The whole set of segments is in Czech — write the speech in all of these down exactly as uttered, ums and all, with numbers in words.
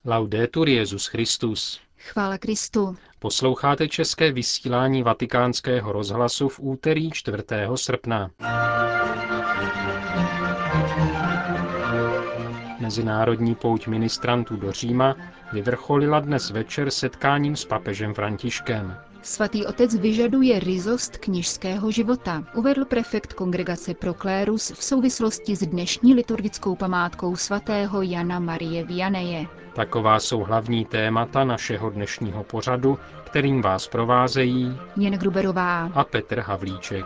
Laudetur Jesus Christus. Chvála Kristu. Posloucháte české vysílání Vatikánského rozhlasu v úterý čtvrtého srpna. Mezinárodní pouť ministrantů do Říma vyvrcholila dnes večer setkáním s papežem Františkem. Svatý otec vyžaduje ryzost kněžského života, uvedl prefekt Kongregace pro klérus v souvislosti s dnešní liturgickou památkou svatého Jana Marie Vianeje. Taková jsou hlavní témata našeho dnešního pořadu, kterým vás provázejí Jen Gruberová a Petr Havlíček.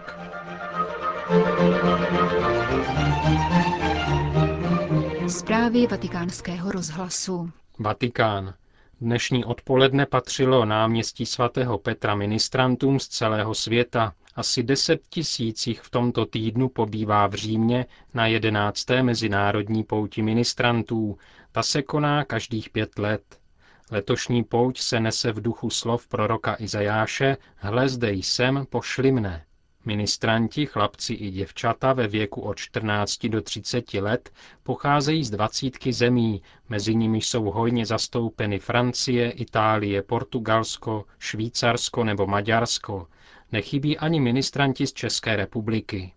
Zprávy Vatikánského rozhlasu. Vatikán. Dnešní odpoledne patřilo náměstí svatého Petra ministrantům z celého světa. Asi deset tisíc jich v tomto týdnu pobývá v Římě na jedenácté mezinárodní pouti ministrantů. Ta se koná každých pět let. Letošní pouť se nese v duchu slov proroka Izajáše: Hle, zde jsem, pošli mne. Ministranti, chlapci i děvčata ve věku od čtrnácti do třiceti let pocházejí z dvacítky zemí, mezi nimi jsou hojně zastoupeny Francie, Itálie, Portugalsko, Švýcarsko nebo Maďarsko. Nechybí ani ministranti z České republiky.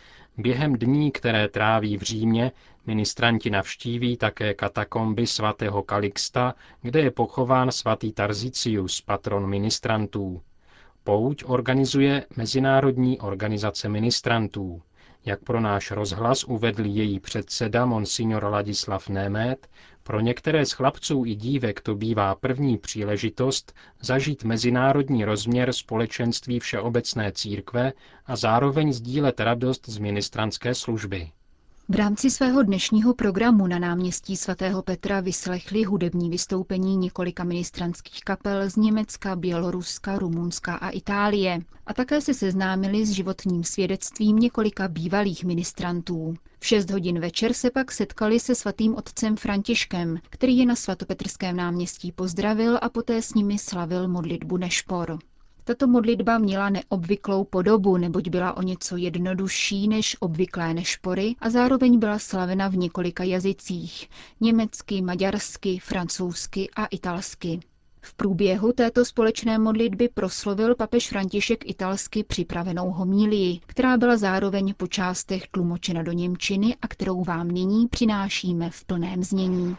Během dní, které tráví v Římě, ministranti navštíví také katakomby svatého Kalixta, kde je pochován svatý Tarzicius, patron ministrantů. Pouť organizuje Mezinárodní organizace ministrantů. Jak pro náš rozhlas uvedl její předseda monsignor Ladislav Német, pro některé z chlapců i dívek to bývá první příležitost zažít mezinárodní rozměr společenství všeobecné církve a zároveň sdílet radost z ministrantské služby. V rámci svého dnešního programu na náměstí svatého Petra vyslechli hudební vystoupení několika ministrantských kapel z Německa, Běloruska, Rumunska a Itálie a také se seznámili s životním svědectvím několika bývalých ministrantů. V šest hodin večer se pak setkali se svatým otcem Františkem, který je na svatopetrském náměstí pozdravil a poté s nimi slavil modlitbu Nešpor. Tato modlitba měla neobvyklou podobu, neboť byla o něco jednodušší než obvyklé nešpory a zároveň byla slavena v několika jazycích – německy, maďarsky, francouzsky a italsky. V průběhu této společné modlitby proslovil papež František italsky připravenou homílii, která byla zároveň po částech tlumočena do němčiny a kterou vám nyní přinášíme v plném znění.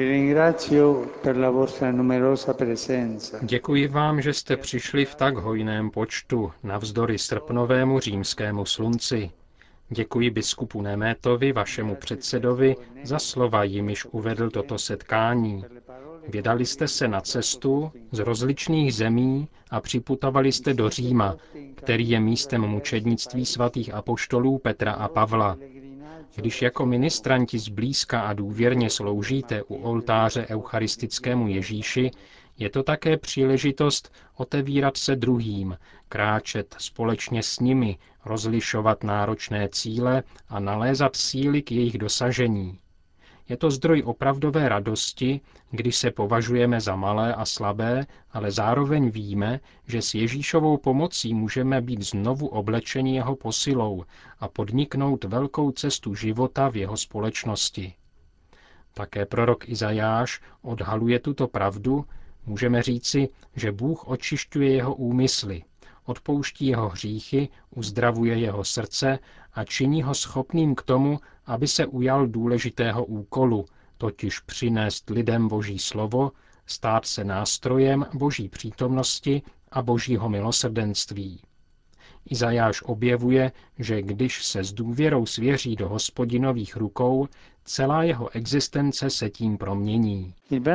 Děkuji vám, že jste přišli v tak hojném počtu, navzdory srpnovému římskému slunci. Děkuji biskupu Némétovi, vašemu předsedovi, za slova, jimiž uvedl toto setkání. Vydali jste se na cestu z rozličných zemí a připutovali jste do Říma, který je místem mučednictví svatých apoštolů Petra a Pavla. Když jako ministranti zblízka a důvěrně sloužíte u oltáře eucharistickému Ježíši, je to také příležitost otevírat se druhým, kráčet společně s nimi, rozlišovat náročné cíle a nalézat síly k jejich dosažení. Je to zdroj opravdové radosti, když se považujeme za malé a slabé, ale zároveň víme, že s Ježíšovou pomocí můžeme být znovu oblečeni jeho posilou a podniknout velkou cestu života v jeho společnosti. Také prorok Izajáš odhaluje tuto pravdu, můžeme říci, že Bůh očišťuje jeho úmysly, odpouští jeho hříchy, uzdravuje jeho srdce a činí ho schopným k tomu, aby se ujal důležitého úkolu, totiž přinést lidem Boží slovo, stát se nástrojem Boží přítomnosti a Božího milosrdenství. Izajáš objevuje, že když se s důvěrou svěří do Hospodinových rukou, celá jeho existence se tím promění.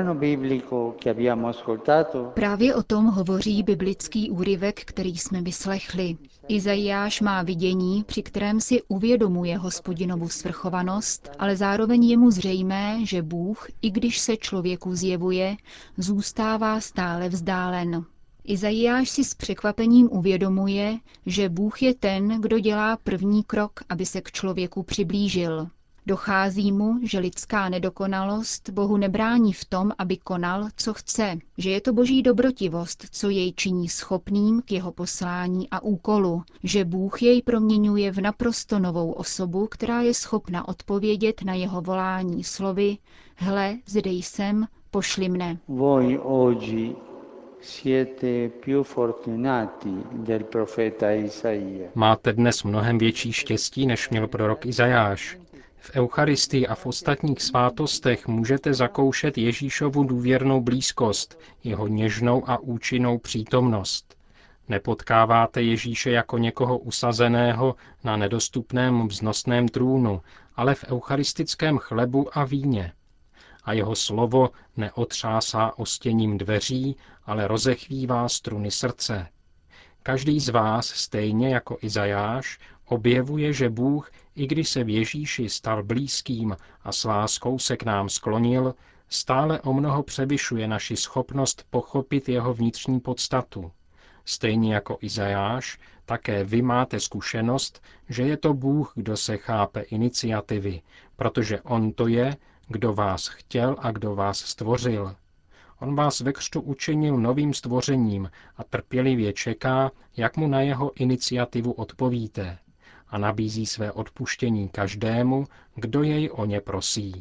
Právě o tom hovoří biblický úryvek, který jsme vyslechli. Izajáš má vidění, při kterém si uvědomuje Hospodinovu svrchovanost, ale zároveň je mu zřejmé, že Bůh, i když se člověku zjevuje, zůstává stále vzdálen. Izajáš si s překvapením uvědomuje, že Bůh je ten, kdo dělá první krok, aby se k člověku přiblížil. Dochází mu, že lidská nedokonalost Bohu nebrání v tom, aby konal, co chce, že je to boží dobrotivost, co jej činí schopným k jeho poslání a úkolu, že Bůh jej proměňuje v naprosto novou osobu, která je schopna odpovědět na jeho volání slovy: Hle, zde jsem, pošli mne. Voi oggi siete più fortunati del profeta Isaia. Máte dnes mnohem větší štěstí, než měl prorok Izajáš. V Eucharistii a v ostatních svátostech můžete zakoušet Ježíšovu důvěrnou blízkost, jeho něžnou a účinnou přítomnost. Nepotkáváte Ježíše jako někoho usazeného na nedostupném vznosném trůnu, ale v eucharistickém chlebu a víně. A jeho slovo neotřásá ostěním dveří, ale rozechvívá struny srdce. Každý z vás, stejně jako Izajáš, objevuje, že Bůh, i když se v Ježíši stal blízkým a s láskou se k nám sklonil, stále o mnoho převyšuje naši schopnost pochopit jeho vnitřní podstatu. Stejně jako Izajáš, také vy máte zkušenost, že je to Bůh, kdo se chápe iniciativy, protože on to je, kdo vás chtěl a kdo vás stvořil. On vás ve křtu učinil novým stvořením a trpělivě čeká, jak mu na jeho iniciativu odpovíte, a nabízí své odpuštění každému, kdo jej o ně prosí.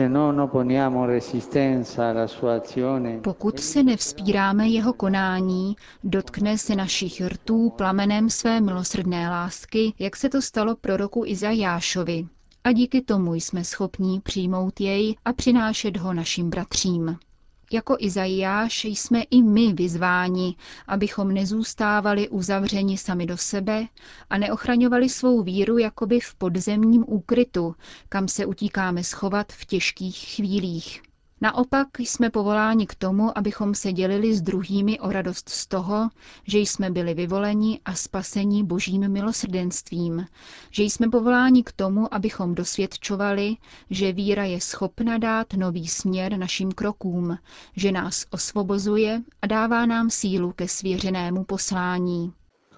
Pokud se nevzpíráme jeho konání, dotkne se našich rtů plamenem své milosrdné lásky, jak se to stalo proroku Izajášovi. A díky tomu jsme schopní přijmout jej a přinášet ho našim bratřím. Jako Izajáš jsme i my vyzváni, abychom nezůstávali uzavřeni sami do sebe a neochraňovali svou víru jakoby v podzemním úkrytu, kam se utíkáme schovat v těžkých chvílích. Naopak jsme povoláni k tomu, abychom se dělili s druhými o radost z toho, že jsme byli vyvoleni a spaseni božím milosrdenstvím, že jsme povoláni k tomu, abychom dosvědčovali, že víra je schopna dát nový směr našim krokům, že nás osvobozuje a dává nám sílu ke svěřenému poslání.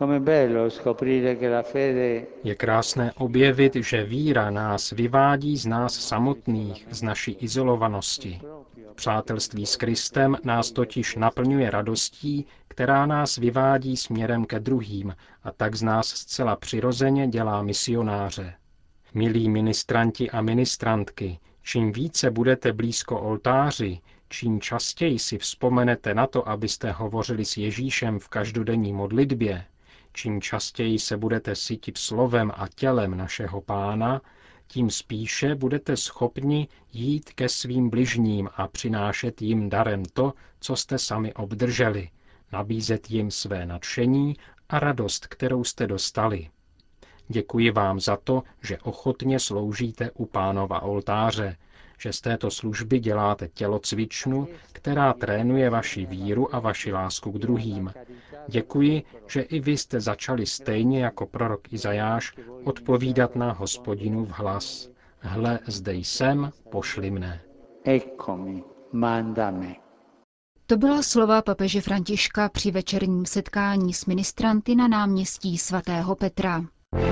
Je krásné objevit, že víra nás vyvádí z nás samotných, z naší izolovanosti. Přátelství s Kristem nás totiž naplňuje radostí, která nás vyvádí směrem ke druhým a tak z nás zcela přirozeně dělá misionáře. Milí ministranti a ministrantky, čím více budete blízko oltáři, čím častěji si vzpomenete na to, abyste hovořili s Ježíšem v každodenní modlitbě, čím častěji se budete sytit slovem a tělem našeho Pána, tím spíše budete schopni jít ke svým bližním a přinášet jim darem to, co jste sami obdrželi, nabízet jim své nadšení a radost, kterou jste dostali. Děkuji vám za to, že ochotně sloužíte u Pánova oltáře, že z této služby děláte tělocvičnu, která trénuje vaši víru a vaši lásku k druhým. Děkuji, že i vy jste začali stejně jako prorok Izajáš odpovídat na Hospodinův hlas. Hle, zde jsem, pošli mne. Eccomi, manda me. To byla slova papeže Františka při večerním setkání s ministranty na náměstí svatého Petra.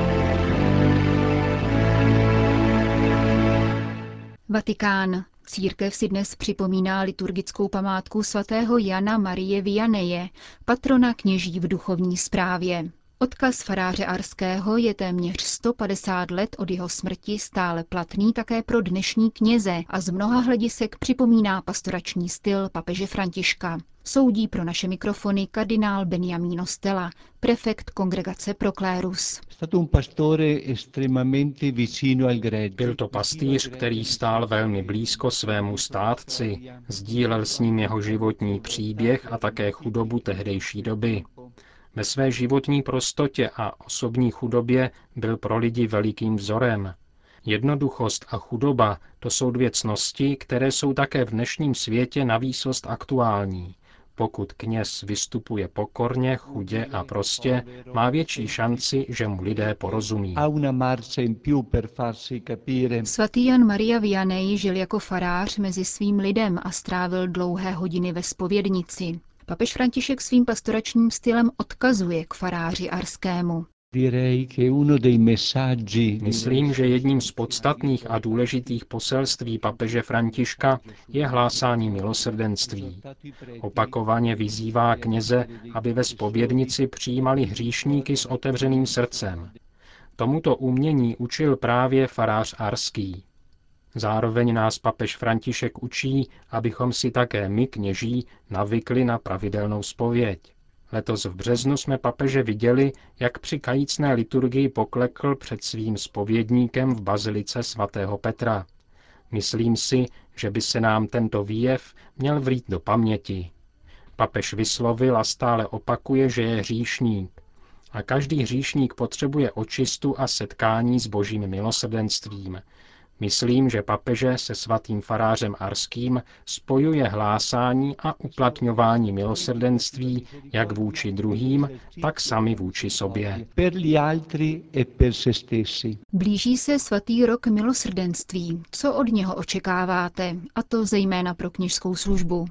Vatikán. Církev si dnes připomíná liturgickou památku svatého Jana Marie Vianeje, patrona kněží v duchovní správě. Odkaz faráře arského je téměř sto padesát let od jeho smrti stále platný také pro dnešní kněze a z mnoha hledisek připomíná pastorační styl papeže Františka. Soudí pro naše mikrofony kardinál Beniamino Stella, prefekt Kongregace pro klérus. Byl to pastýř, který stál velmi blízko svému státci, sdílel s ním jeho životní příběh a také chudobu tehdejší doby. Ve své životní prostotě a osobní chudobě byl pro lidi velikým vzorem. Jednoduchost a chudoba, to jsou dvě ctnosti, které jsou také v dnešním světě navýsost aktuální. Pokud kněz vystupuje pokorně, chudě a prostě, má větší šanci, že mu lidé porozumí. Svatý Jan Maria Vianney žil jako farář mezi svým lidem a strávil dlouhé hodiny ve zpovědnici. Papež František svým pastoračním stylem odkazuje k faráři arskému. Myslím, že jedním z podstatných a důležitých poselství papeže Františka je hlásání milosrdenství. Opakovaně vyzývá kněze, aby ve zpovědnici přijímali hříšníky s otevřeným srdcem. Tomuto umění učil právě farář arský. Zároveň nás papež František učí, abychom si také my, kněží, navykli na pravidelnou zpověď. Letos v březnu jsme papeže viděli, jak při kajícné liturgii poklekl před svým zpovědníkem v bazilice svatého Petra. Myslím si, že by se nám tento výjev měl vrít do paměti. Papež vyslovil a stále opakuje, že je hříšník. A každý hříšník potřebuje očistu a setkání s božím milosrdenstvím. Myslím, že papeže se svatým farářem arským spojuje hlásání a uplatňování milosrdenství jak vůči druhým, tak sami vůči sobě. Blíží se svatý rok milosrdenství. Co od něho očekáváte? A to zejména pro kněžskou službu.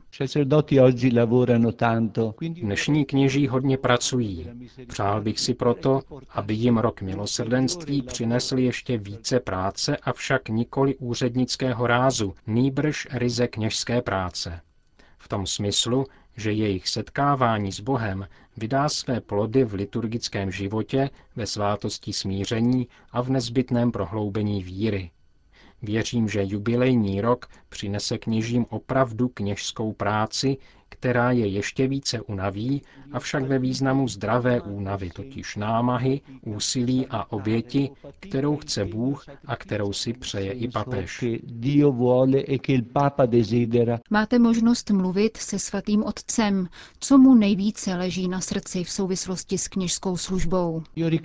Dnešní kněží hodně pracují. Přál bych si proto, aby jim rok milosrdenství přinesl ještě více práce, avšak nikoli úřednického rázu, nýbrž ryze kněžské práce. V tom smyslu, že jejich setkávání s Bohem vydá své plody v liturgickém životě, ve svátosti smíření a v nezbytném prohloubení víry. Věřím, že jubilejní rok přinese kněžím opravdu kněžskou práci, která je ještě více unaví, avšak ve významu zdravé únavy, totiž námahy, úsilí a oběti, kterou chce Bůh a kterou si přeje i papež. Máte možnost mluvit se svatým otcem. Co mu nejvíce leží na srdci v souvislosti s kněžskou službou?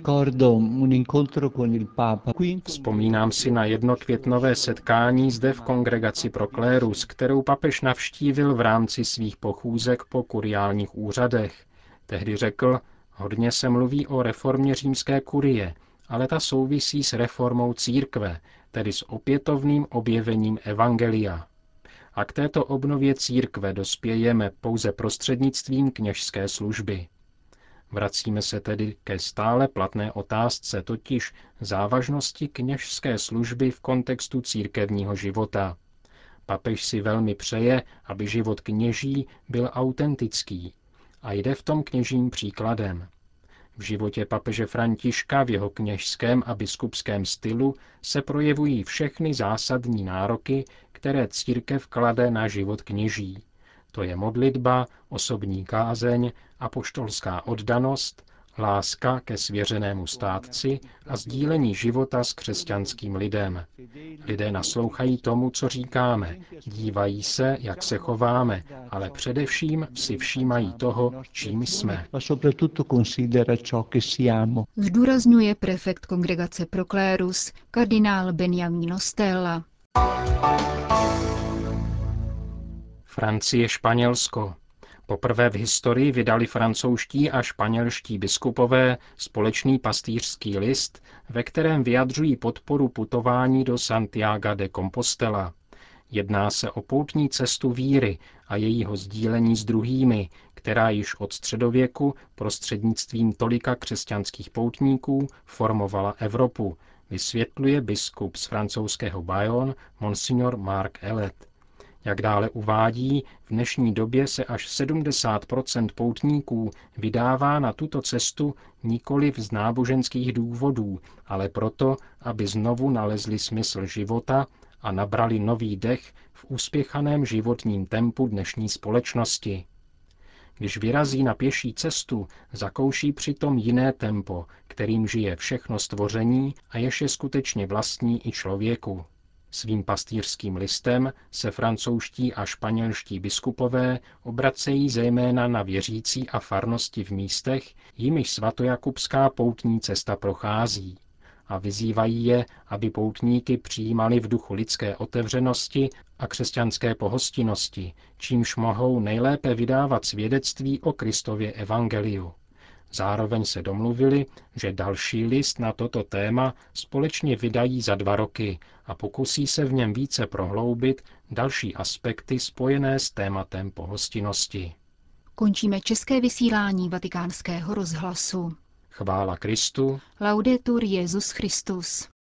Vzpomínám si na jednokvětnové setkání zde v kongregaci pro klérus, kterou papež navštívil v rámci svých pochůzek po kuriálních úřadech. Tehdy řekl, hodně se mluví o reformě římské kurie, ale ta souvisí s reformou církve, tedy s opětovným objevením evangelia. A k této obnově církve dospějeme pouze prostřednictvím kněžské služby. Vracíme se tedy ke stále platné otázce, totiž závažnosti kněžské služby v kontextu církevního života. Papež si velmi přeje, aby život kněží byl autentický a jde v tom kněžím příkladem. V životě papeže Františka, v jeho kněžském a biskupském stylu se projevují všechny zásadní nároky, které církev klade na život kněží. To je modlitba, osobní kázeň, apoštolská oddanost, láska ke svěřenému státci a sdílení života s křesťanským lidem. Lidé naslouchají tomu, co říkáme, dívají se, jak se chováme, ale především si všímají toho, čím jsme. Zdůrazňuje prefekt kongregace pro klérus, kardinál Beniamino Stella. Francie, Španělsko. Poprvé v historii vydali francouzští a španělští biskupové společný pastýřský list, ve kterém vyjadřují podporu putování do Santiaga de Compostela. Jedná se o poutní cestu víry a jejího sdílení s druhými, která již od středověku prostřednictvím tolika křesťanských poutníků formovala Evropu, vysvětluje biskup z francouzského Bayonne, monsignor Marc Elet. Jak dále uvádí, v dnešní době se až sedmdesát procent poutníků vydává na tuto cestu nikoliv z náboženských důvodů, ale proto, aby znovu nalezli smysl života a nabrali nový dech v uspěchaném životním tempu dnešní společnosti. Když vyrazí na pěší cestu, zakouší přitom jiné tempo, kterým žije všechno stvoření a jež je skutečně vlastní i člověku. Svým pastýřským listem se francouzští a španělští biskupové obracejí zejména na věřící a farnosti v místech, jimiž svatojakubská poutní cesta prochází, a vyzývají je, aby poutníky přijímali v duchu lidské otevřenosti a křesťanské pohostinnosti, čímž mohou nejlépe vydávat svědectví o Kristově evangeliu. Zároveň se domluvili, že další list na toto téma společně vydají za dva roky a pokusí se v něm více prohloubit další aspekty spojené s tématem pohostinnosti. Končíme české vysílání Vatikánského rozhlasu. Chvála Kristu. Laudetur Jesus Christus.